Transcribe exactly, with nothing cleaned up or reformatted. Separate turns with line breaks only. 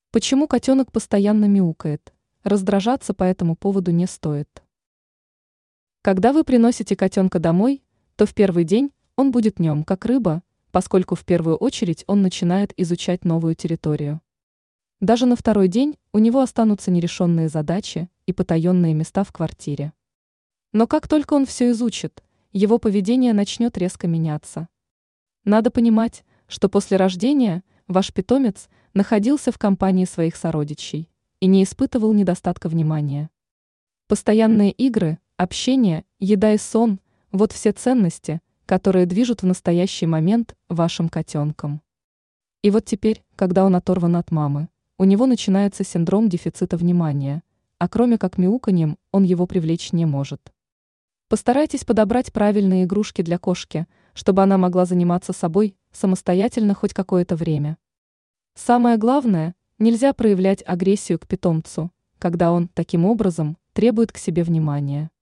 Почему котенок постоянно мяукает? Раздражаться по этому поводу не стоит. Когда вы приносите котенка домой, то в первый день он будет нем, как рыба, поскольку в первую очередь он начинает изучать новую территорию. Даже на второй день у него останутся нерешенные задачи и потаенные места в квартире. Но как только он все изучит, его поведение начнет резко меняться. Надо понимать, что после рождения ваш питомец находился в компании своих сородичей и не испытывал недостатка внимания. Постоянные игры, общение, еда и сон – вот все ценности, которые движут в настоящий момент вашим котенком. И вот теперь, когда он оторван от мамы, у него начинается синдром дефицита внимания, а кроме как мяуканьем он его привлечь не может. Постарайтесь подобрать правильные игрушки для кошки, чтобы она могла заниматься собой самостоятельно хоть какое-то время. Самое главное, нельзя проявлять агрессию к питомцу, когда он, таким образом, требует к себе внимания.